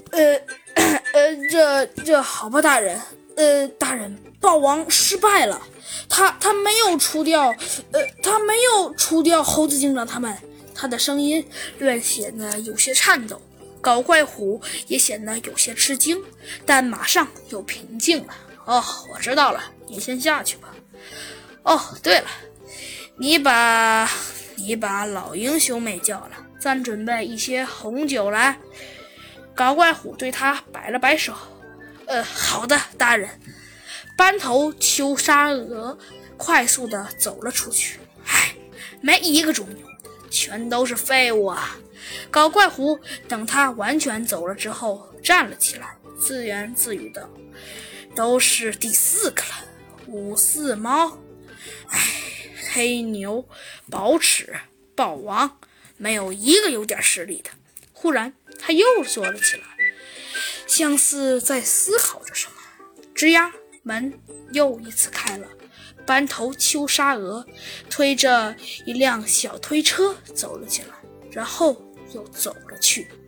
这好吧，大人。大人，豹王失败了，他没有除掉猴子警长他们。他的声音显得有些颤抖，搞怪虎也显得有些吃惊，但马上又平静了。哦，我知道了，你先下去吧。哦，对了，你把老鹰兄妹叫了，咱准备一些红酒来。搞怪虎对他摆了摆手。好的，大人。斑头秋沙鹅快速地走了出去。没一个中用，全都是废物啊！搞怪虎等他完全走了之后站了起来，自言自语道：“都是第4个了，54猫，黑牛、宝齿、豹王，没有一个有点实力的。”忽然他又坐了起来，像是在思考着什么。吱呀，门又一次开了，斑头秋沙鹅推着一辆小推车走了进来，然后又走了去。